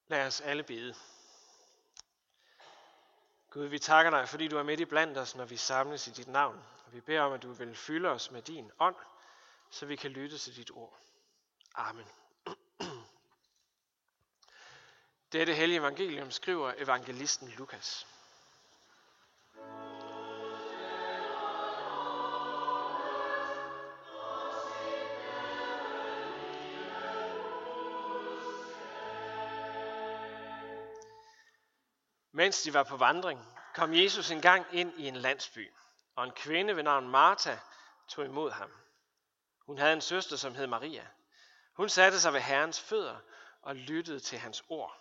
Lad os alle bede. Gud, vi takker dig, fordi du er midt i blandt os, når vi samles i dit navn. Og vi beder om, at du vil fylde os med din ånd, så vi kan lytte til dit ord. Amen. Dette hellige evangelium skriver evangelisten Lukas. Mens de var på vandring, kom Jesus engang ind i en landsby, og en kvinde ved navn Martha tog imod ham. Hun havde en søster, som hed Maria. Hun satte sig ved Herrens fødder og lyttede til hans ord.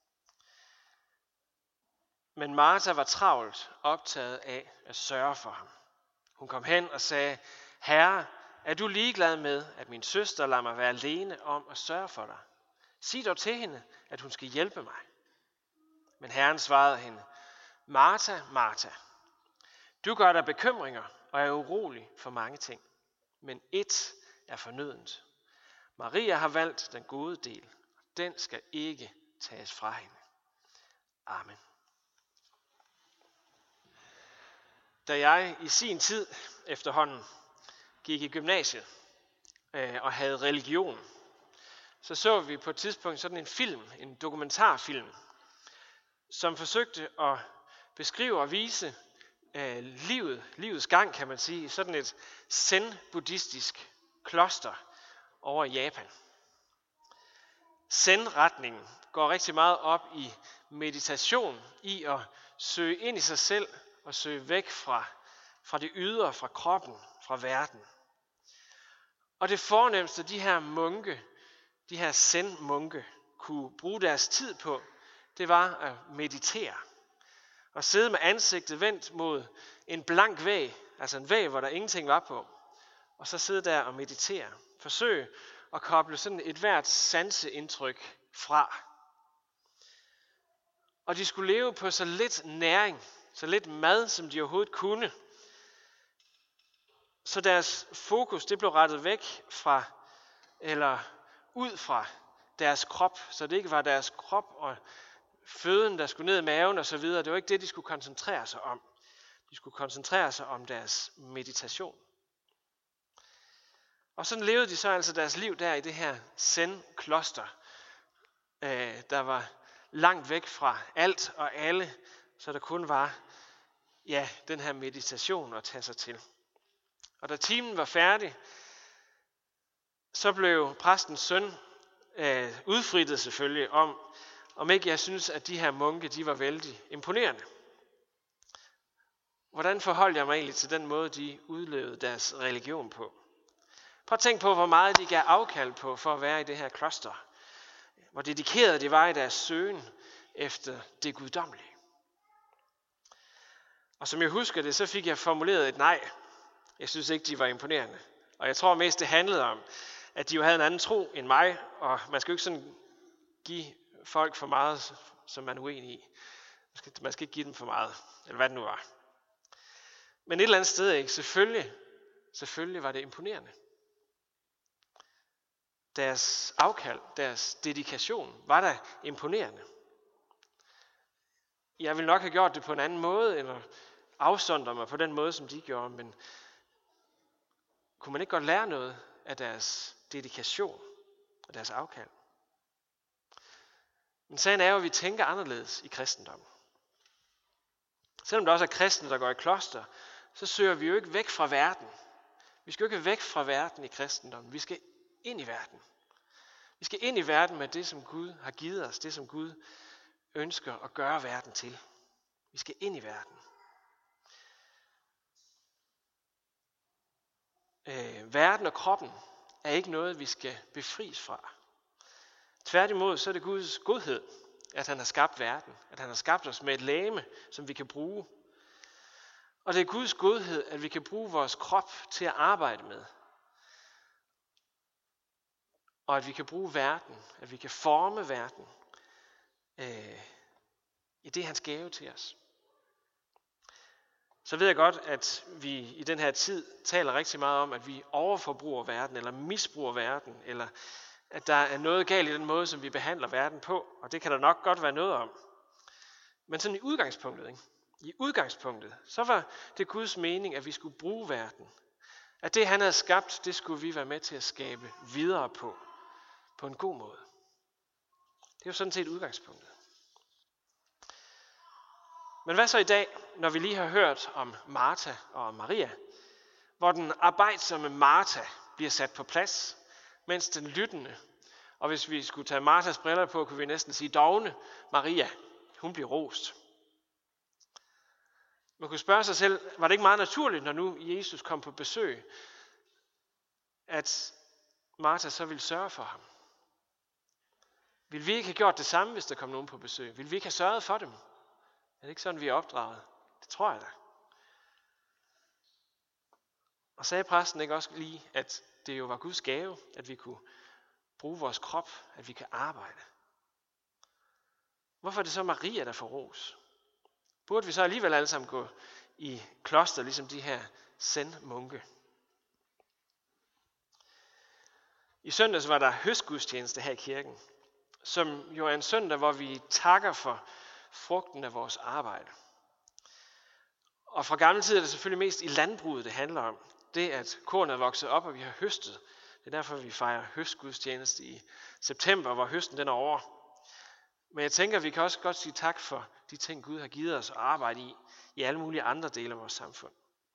Men Martha var travlt optaget af at sørge for ham. Hun kom hen og sagde, Herre, er du ligeglad med, at min søster lader mig være alene om at sørge for dig? Sig dog til hende, at hun skal hjælpe mig. Men Herren svarede hende, Martha, Martha, du gør dig bekymringer og er urolig for mange ting. Men ét er fornødent. Maria har valgt den gode del. Den skal ikke tages fra hende. Amen. Da jeg i sin tid efterhånden gik i gymnasiet og havde religion, så vi på et tidspunkt sådan en film, en dokumentarfilm, som forsøgte at beskrive og vise livets gang, kan man sige, i sådan et zen-buddhistisk kloster over i Japan. Zen-retningen går rigtig meget op i meditation, i at søge ind i sig selv og søge væk fra det ydre, fra kroppen, fra verden. Og det fornemste, de her zen-munke, kunne bruge deres tid på, det var at meditere. Og sidde med ansigtet vendt mod en blank væg, altså en væg, hvor der ingenting var på. Og så sidde der og meditere. Forsøge at koble sådan et hvert sanseindtryk fra. Og de skulle leve på så lidt næring, så lidt mad, som de overhovedet kunne. Så deres fokus, det blev rettet væk fra, eller ud fra deres krop, så det ikke var deres krop og føden, der skulle ned i maven og så videre. Det var ikke det, de skulle koncentrere sig om. De skulle koncentrere sig om deres meditation. Og sådan levede de så altså deres liv der i det her zen-kloster, der var langt væk fra alt og alle, så der kun var den her meditation at tage sig til. Og da timen var færdig, så blev præstens søn udfrittet selvfølgelig om ikke jeg synes, at de her munke, de var vældig imponerende. Hvordan forholdt jeg mig egentlig til den måde, de udlevede deres religion på? Prøv at tænke på, hvor meget de gav afkald på for at være i det her kloster. Hvor dedikerede de var i deres søgen efter det guddommelige. Og som jeg husker det, så fik jeg formuleret et nej. Jeg synes ikke, de var imponerende. Og jeg tror mest, det handlede om, at de jo havde en anden tro end mig, og man skal jo ikke sådan give folk for meget, som man er uenig i. Man skal ikke give dem for meget, eller hvad det nu var. Men et eller andet sted, ikke? Selvfølgelig var det imponerende. Deres afkald, deres dedikation, var da imponerende. Jeg ville nok have gjort det på en anden måde, eller afsondre mig på den måde, som de gjorde, men kunne man ikke godt lære noget af deres dedikation og deres afkald? Men sagen er jo, at vi tænker anderledes i kristendommen. Selvom der også er kristne, der går i kloster, så søger vi jo ikke væk fra verden. Vi skal jo ikke væk fra verden i kristendommen. Vi skal ind i verden. Vi skal ind i verden med det, som Gud har givet os. Det, som Gud ønsker at gøre verden til. Vi skal ind i verden. Verden og kroppen er ikke noget, vi skal befries fra. Tværtimod så er det Guds godhed, at han har skabt verden. At han har skabt os med et legeme, som vi kan bruge. Og det er Guds godhed, at vi kan bruge vores krop til at arbejde med. Og at vi kan bruge verden, at vi kan forme verden i det, hans gave til os. Så ved jeg godt, at vi i den her tid taler rigtig meget om, at vi overforbruger verden, eller misbruger verden, eller at der er noget galt i den måde, som vi behandler verden på, og det kan der nok godt være noget om. Men sådan i udgangspunktet, ikke? I udgangspunktet, så var det Guds mening, at vi skulle bruge verden. At det, han havde skabt, det skulle vi være med til at skabe videre på en god måde. Det er jo sådan set udgangspunktet. Men hvad så i dag, når vi lige har hørt om Martha og Maria, hvor den arbejdsomme Martha bliver sat på plads, mens den lyttende, og hvis vi skulle tage Marthas briller på, kunne vi næsten sige dovne Maria, hun bliver rost. Man kunne spørge sig selv, var det ikke meget naturligt, når nu Jesus kom på besøg, at Martha så ville sørge for ham? Ville vi ikke have gjort det samme, hvis der kom nogen på besøg? Ville vi ikke have sørget for dem? Er det ikke sådan, vi er opdraget? Det tror jeg da. Og sagde præsten ikke også lige, at det jo var Guds gave, at vi kunne bruge vores krop, at vi kan arbejde? Hvorfor er det så Maria, der får ros? Burde vi så alligevel alle sammen gå i kloster, ligesom de her zen-munke? I søndags var der høstgudstjeneste her i kirken, som jo er en søndag, hvor vi takker for frugten af vores arbejde. Og fra gammel tid er det selvfølgelig mest i landbruget, det handler om. Det, at kornet er vokset op, og vi har høstet. Det er derfor, vi fejrer høstgudstjeneste i september, hvor høsten den er over. Men jeg tænker, vi kan også godt sige tak for de ting, Gud har givet os at arbejde i alle mulige andre dele af vores samfund.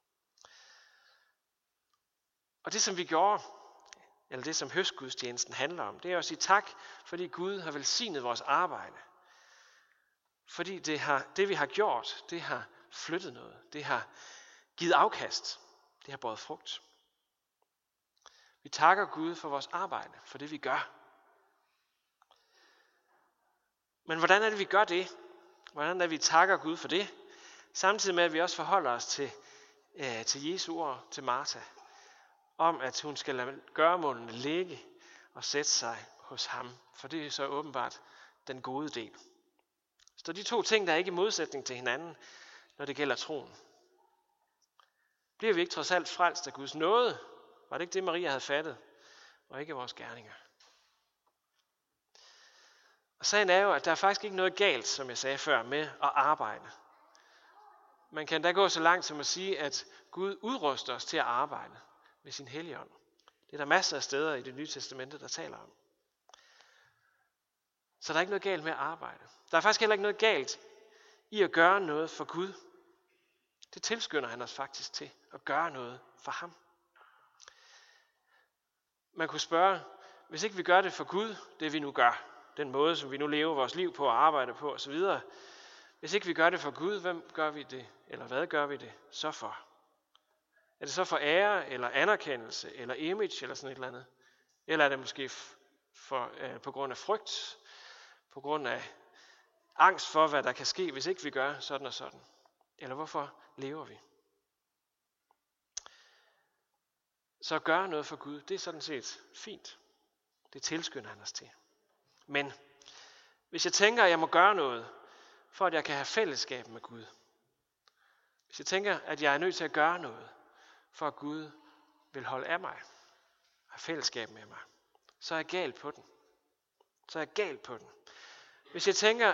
Og det, som vi gjorde, eller det, som høstgudstjenesten handler om, det er at sige tak, fordi Gud har velsignet vores arbejde. Fordi det, vi har gjort, det har flyttet noget. Det har givet afkast. Det har båret frugt. Vi takker Gud for vores arbejde, for det vi gør. Men hvordan er det, vi gør det? Hvordan er det, vi takker Gud for det? Samtidig med, at vi også forholder os til Jesu ord, til Martha, om at hun skal lade gøremålene ligge og sætte sig hos ham. For det er så åbenbart den gode del. Så de to ting, der er ikke i modsætning til hinanden, når det gælder troen. Bliver vi ikke trods alt frelst af Guds nåde? Var det ikke det, Maria havde fattet? Og ikke vores gerninger. Og sagen er jo, at der er faktisk ikke noget galt, som jeg sagde før, med at arbejde. Man kan da gå så langt som at sige, at Gud udruster os til at arbejde med sin Helligånd. Det er der masser af steder i Det Nye Testamente, der taler om. Så der er ikke noget galt med at arbejde. Der er faktisk heller ikke noget galt i at gøre noget for Gud. Det tilskynder han os faktisk til at gøre noget for ham. Man kunne spørge, hvis ikke vi gør det for Gud, det vi nu gør, den måde, som vi nu lever vores liv på og arbejder på osv., hvis ikke vi gør det for Gud, hvem gør vi det, eller hvad gør vi det så for? Er det så for ære, eller anerkendelse, eller image, eller sådan et eller andet? Eller er det måske på grund af frygt, på grund af angst for, hvad der kan ske, hvis ikke vi gør sådan og sådan? Eller hvorfor lever vi? Så at gøre noget for Gud, det er sådan set fint. Det tilskynder han os til. Men hvis jeg tænker, at jeg må gøre noget, for at jeg kan have fællesskab med Gud. Hvis jeg tænker, at jeg er nødt til at gøre noget, for at Gud vil holde af mig, have fællesskab med mig, så er jeg galt på den. Så er jeg galt på den. Hvis jeg tænker,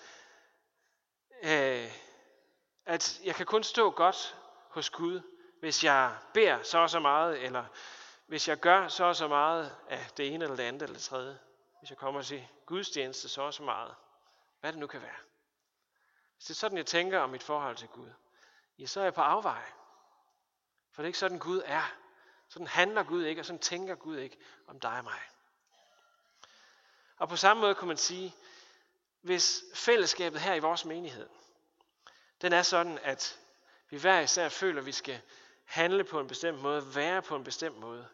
at jeg kan kun stå godt hos Gud, hvis jeg beder så og så meget, eller hvis jeg gør så og så meget af det ene eller det andet eller det tredje, hvis jeg kommer til gudstjeneste så og så meget, hvad det nu kan være. Hvis det er sådan, jeg tænker om mit forhold til Gud, ja, så er jeg på afveje. For det er ikke sådan, Gud er. Sådan handler Gud ikke, og sådan tænker Gud ikke om dig og mig. Og på samme måde kunne man sige, hvis fællesskabet her i vores menighed, den er sådan, at vi hver især føler, at vi skal handle på en bestemt måde, være på en bestemt måde,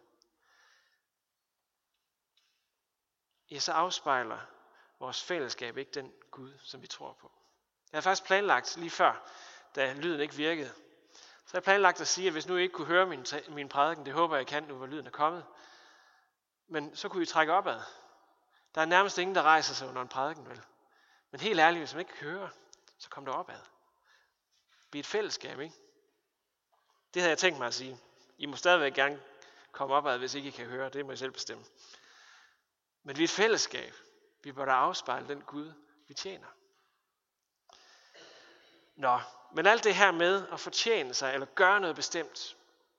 ja, så afspejler vores fællesskab ikke den Gud, som vi tror på. Jeg havde faktisk planlagt lige før, da lyden ikke virkede, så jeg planlagt at sige, at hvis nu I ikke kunne høre min prædiken, det håber jeg kan, nu hvor lyden er kommet, men så kunne I trække opad. Der er nærmest ingen, der rejser sig under en prædiken, vel? Men helt ærligt, hvis man ikke kan høre, så kom der opad. Vi er et fællesskab, ikke? Det havde jeg tænkt mig at sige. I må stadigvæk gerne komme opad, hvis ikke I kan høre. Det må I selv bestemme. Men vi er et fællesskab. Vi bør da afspejle den Gud, vi tjener. Men alt det her med at fortjene sig, eller gøre noget bestemt,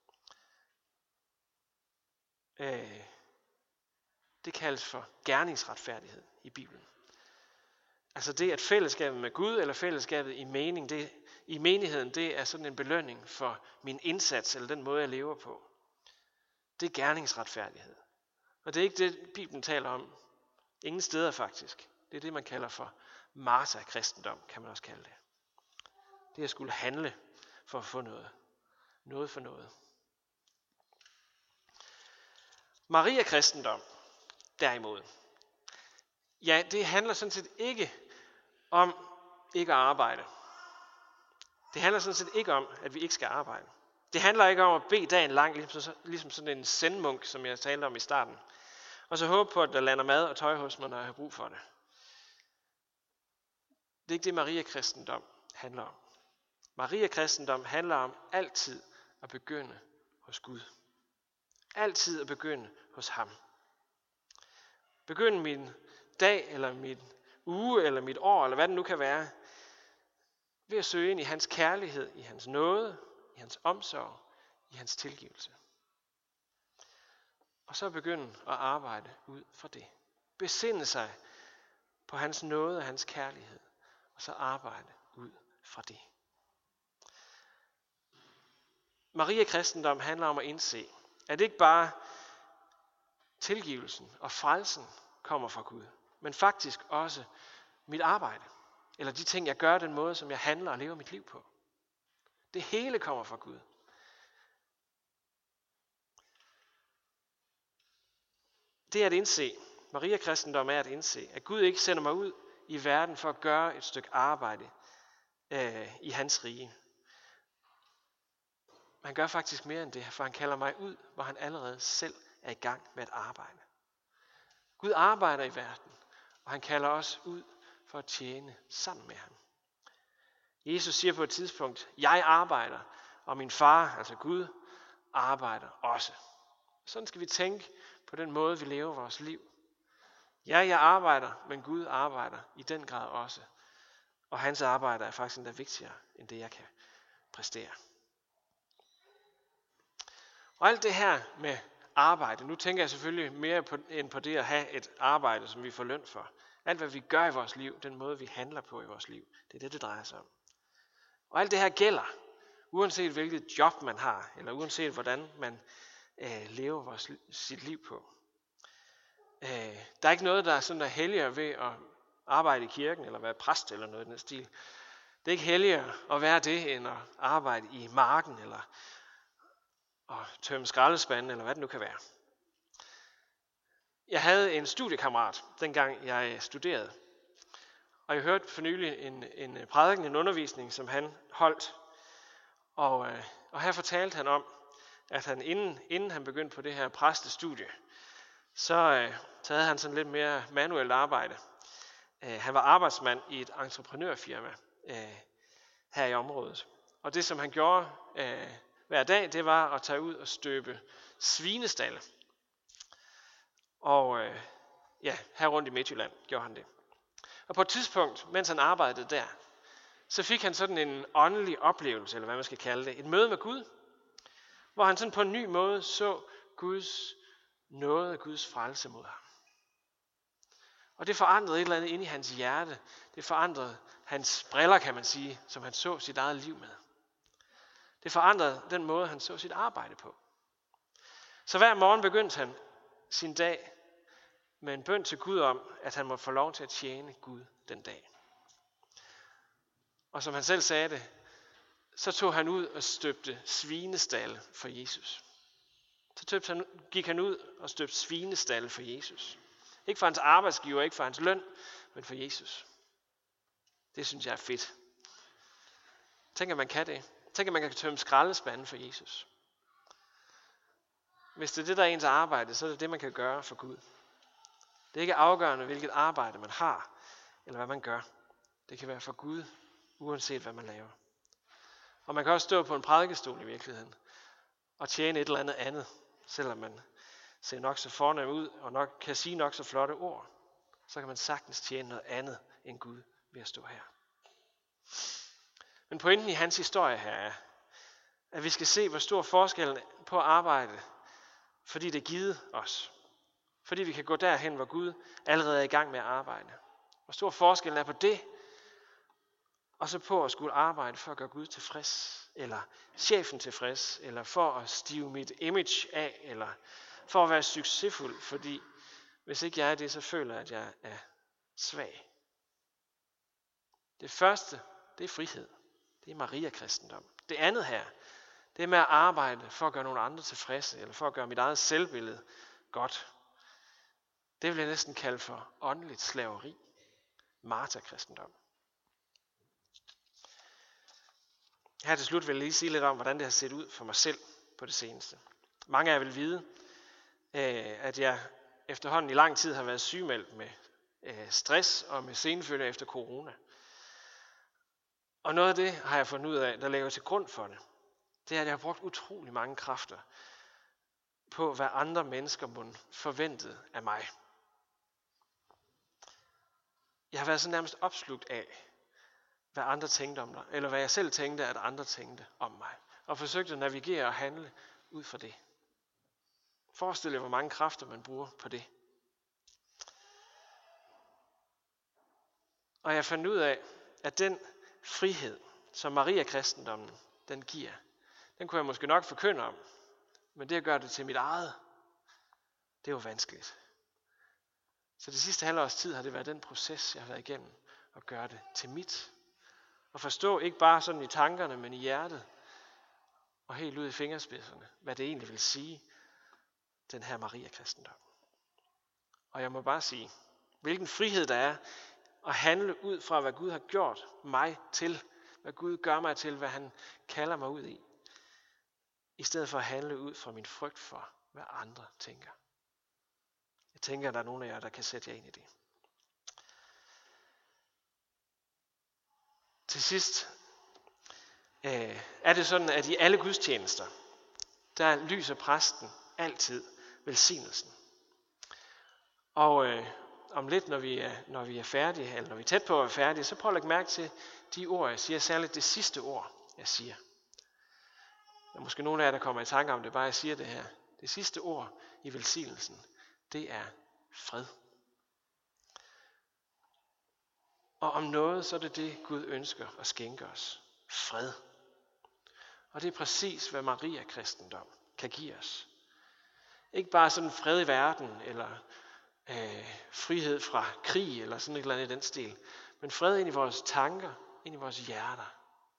det kaldes for gerningsretfærdighed i Bibelen. Altså det, at fællesskabet med Gud, eller fællesskabet i menigheden, det er sådan en belønning for min indsats, eller den måde, jeg lever på. Det er gerningsretfærdighed. Og det er ikke det, Bibelen taler om. Ingen steder faktisk. Det er det, man kalder for Martha-kristendom, kan man også kalde det. Det at skulle handle for at få noget. Noget for noget. Maria-kristendom, derimod. Ja, det handler sådan set ikke om ikke at arbejde. Det handler sådan set ikke om, at vi ikke skal arbejde. Det handler ikke om at bede dagen lang, ligesom sådan en zen-munk, som jeg talte om i starten. Og så håbe på, at der lander mad og tøj hos mig, når jeg har brug for det. Det er ikke det, Maria-kristendom handler om. Maria-kristendom handler om altid at begynde hos Gud. Altid at begynde hos ham. Begynde min dag, eller min uge, eller mit år, eller hvad det nu kan være, ved at søge ind i hans kærlighed, i hans nåde, i hans omsorg, i hans tilgivelse. Og så begynde at arbejde ud fra det. Besinde sig på hans nåde og hans kærlighed, og så arbejde ud fra det. Maria-kristendom handler om at indse, at ikke bare tilgivelsen og frelsen kommer fra Gud, men faktisk også mit arbejde, eller de ting, jeg gør, den måde, som jeg handler og lever mit liv på. Det hele kommer fra Gud. Det er at indse, Maria-kristendom er at indse, at Gud ikke sender mig ud i verden for at gøre et stykke arbejde i hans rige. Han gør faktisk mere end det, for han kalder mig ud, hvor han allerede selv er i gang med at arbejde. Gud arbejder i verden, og han kalder os ud for at tjene sammen med ham. Jesus siger på et tidspunkt, jeg arbejder, og min far, altså Gud, arbejder også. Sådan skal vi tænke på den måde, vi lever vores liv. Ja, jeg arbejder, men Gud arbejder i den grad også. Og hans arbejde er faktisk endda vigtigere, end det jeg kan præstere. Og alt det her med arbejde, nu tænker jeg selvfølgelig mere end på det at have et arbejde, som vi får løn for. Alt hvad vi gør i vores liv, den måde vi handler på i vores liv, det er det, det drejer sig om. Og alt det her gælder, uanset hvilket job man har, eller uanset hvordan man lever sit liv på. Der er ikke noget, der er sådan helligere ved at arbejde i kirken, eller være præst, eller noget i den stil. Det er ikke helligere at være det, end at arbejde i marken, eller at tømme skraldespanden, eller hvad det nu kan være. Jeg havde en studiekammerat, dengang jeg studerede. Og jeg hørte for nylig en prædiken, en undervisning, som han holdt. Og her fortalte han om, at han inden han begyndte på det her præstestudie, så havde han sådan lidt mere manuelt arbejde. Han var arbejdsmand i et entreprenørfirma her i området. Og det, som han gjorde hver dag, det var at tage ud og støbe svinestalde. Og her rundt i Midtjylland gjorde han det. Og på et tidspunkt, mens han arbejdede der, så fik han sådan en åndelig oplevelse, eller hvad man skal kalde det, et møde med Gud, hvor han sådan på en ny måde så Guds nåde og Guds frelse mod ham. Og det forandrede et eller andet inde i hans hjerte. Det forandrede hans briller, kan man sige, som han så sit eget liv med. Det forandrede den måde, han så sit arbejde på. Så hver morgen begyndte han sin dag med en bøn til Gud om, at han måtte få lov til at tjene Gud den dag. Og som han selv sagde det, så tog han ud og støbte svinestalde for Jesus. Så gik han ud og støbte svinestalde for Jesus. Ikke for hans arbejdsgiver, ikke for hans løn, men for Jesus. Det synes jeg er fedt. Tænk, at man kan det. Tænk, at man kan tømme skraldespanden for Jesus. Hvis det er det, der er ens arbejde, så er det det, man kan gøre for Gud. Det er ikke afgørende, hvilket arbejde man har, eller hvad man gør. Det kan være for Gud, uanset hvad man laver. Og man kan også stå på en prædikestol i virkeligheden, og tjene et eller andet, selvom man ser nok så fornem ud, og nok kan sige nok så flotte ord, så kan man sagtens tjene noget andet end Gud ved at stå her. Men pointen i hans historie her er, at vi skal se, hvor stor forskellen på at arbejde, fordi det er givet os. Fordi vi kan gå derhen, hvor Gud allerede er i gang med at arbejde. Hvor stor forskellen er på det, og så på at skulle arbejde for at gøre Gud tilfreds, eller chefen tilfreds, eller for at stive mit image af, eller for at være succesfuld, fordi hvis ikke jeg er det, så føler jeg, at jeg er svag. Det første, det er frihed. Det er Maria-kristendom. Det andet her, det er med at arbejde for at gøre nogle andre tilfredse, eller for at gøre mit eget selvbillede godt. Det vil jeg næsten kalde for åndeligt slaveri. Martha-kristendom. Her til slut vil jeg lige sige lidt om, hvordan det har set ud for mig selv på det seneste. Mange af jer vil vide, at jeg efterhånden i lang tid har været sygemeldt med stress og med senfølger efter corona. Og noget af det har jeg fundet ud af, der ligger til grund for det. Det er, at jeg har brugt utrolig mange kræfter på, hvad andre mennesker må forventede af mig. Jeg har været så nærmest opslugt af, hvad andre tænkte om dig, eller hvad jeg selv tænkte, at andre tænkte om mig. Og forsøgte at navigere og handle ud fra det. Forestil jer, hvor mange kræfter man bruger på det. Og jeg fandt ud af, at den frihed, som Maria-kristendommen den giver, den kunne jeg måske nok forkynde om. Men det at gøre det til mit eget, det er jo vanskeligt. Så det sidste halvårs tid har det været den proces, jeg har været igennem, at gøre det til mit. Og forstå ikke bare sådan i tankerne, men i hjertet, og helt ud i fingerspidserne, hvad det egentlig vil sige, den her Maria-kristendom. Og jeg må bare sige, hvilken frihed der er at handle ud fra, hvad Gud har gjort mig til, hvad Gud gør mig til, hvad han kalder mig ud i stedet for at handle ud fra min frygt for, hvad andre tænker. Jeg tænker, at der er nogle af jer, der kan sætte jer ind i det. Til sidst er det sådan, at i alle gudstjenester, der lyser præsten altid velsignelsen. Og om lidt, når vi er færdige, eller når vi er tæt på at være færdige, så prøv at lægge mærke til de ord, jeg siger, særligt det sidste ord, jeg siger. Der er måske nogle af jer, der kommer i tanke om det, bare jeg siger det her. Det sidste ord i velsignelsen, det er fred. Og om noget, så er det det, Gud ønsker at skænke os. Fred. Og det er præcis, hvad Maria-kristendom kan give os. Ikke bare sådan fred i verden, eller frihed fra krig, eller sådan et eller andet i den stil. Men fred ind i vores tanker, ind i vores hjerter.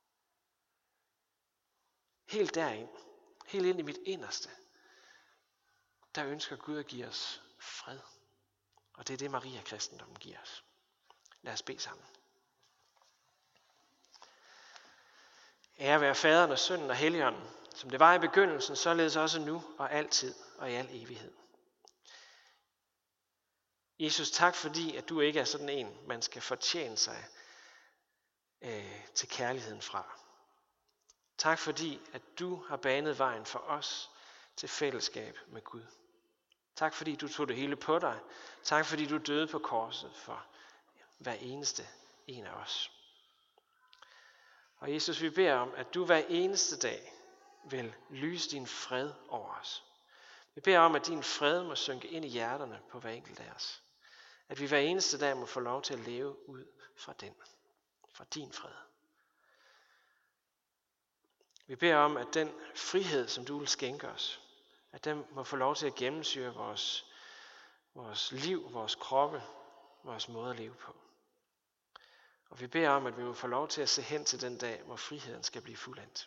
Helt derind, helt ind i mit inderste, der ønsker Gud at give os fred. Og det er det, Maria-kristendommen giver os. Lad os bede sammen. Ære være Faderen og Sønnen og Helligånden, som det var i begyndelsen, således også nu og altid og i al evighed. Jesus, tak fordi, at du ikke er sådan en, man skal fortjene sig til kærligheden fra. Tak fordi, at du har banet vejen for os til fællesskab med Gud. Tak fordi du tog det hele på dig. Tak fordi du døde på korset for hver eneste en af os. Og Jesus, vi beder om, at du hver eneste dag vil lyse din fred over os. Vi beder om, at din fred må synke ind i hjerterne på hver enkelt af os. At vi hver eneste dag må få lov til at leve ud fra din fred. Vi beder om, at den frihed, som du vil skænke os, at den må få lov til at gennemsyre vores liv, vores kroppe, vores måde at leve på. Og vi beder om, at vi må få lov til at se hen til den dag, hvor friheden skal blive fuldendt.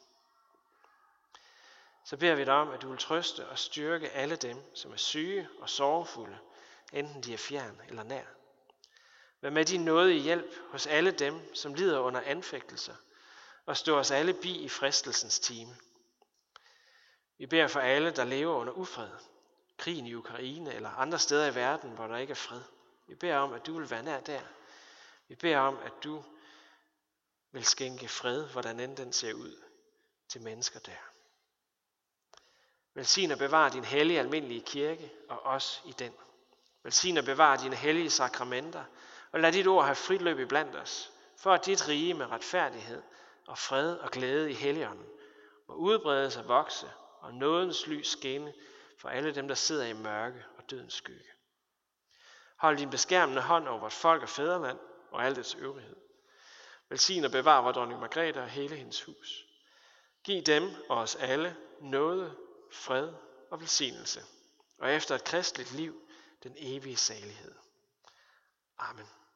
Så beder vi dig om, at du vil trøste og styrke alle dem, som er syge og sorgfulde, enten de er fjern eller nær. Vær med din nådige hjælp hos alle dem, som lider under anfægtelser, og stå os alle bi i fristelsens time. Vi beder for alle, der lever under ufred, krigen i Ukraine eller andre steder i verden, hvor der ikke er fred. Vi beder om, at du vil være nær der. Vi beder om, at du vil skænke fred, hvordan end den ser ud, til mennesker der. Velsign og bevar din hellige almindelige kirke og os i den. Velsign og bevar dine hellige sakramenter, og lad dit ord have frit løb iblandt os, for at dit rige med retfærdighed og fred og glæde i Helligånden må udbredes og vokse, og nådens lys skinne for alle dem, der sidder i mørke og dødens skygge. Hold din beskærmende hånd over vort folk og fædreland og al dets øvrighed. Velsign og bevar vor dronning Margrethe og hele hendes hus. Giv dem og os alle nåde, fred og velsignelse, og efter et kristeligt liv den evige salighed. Amen.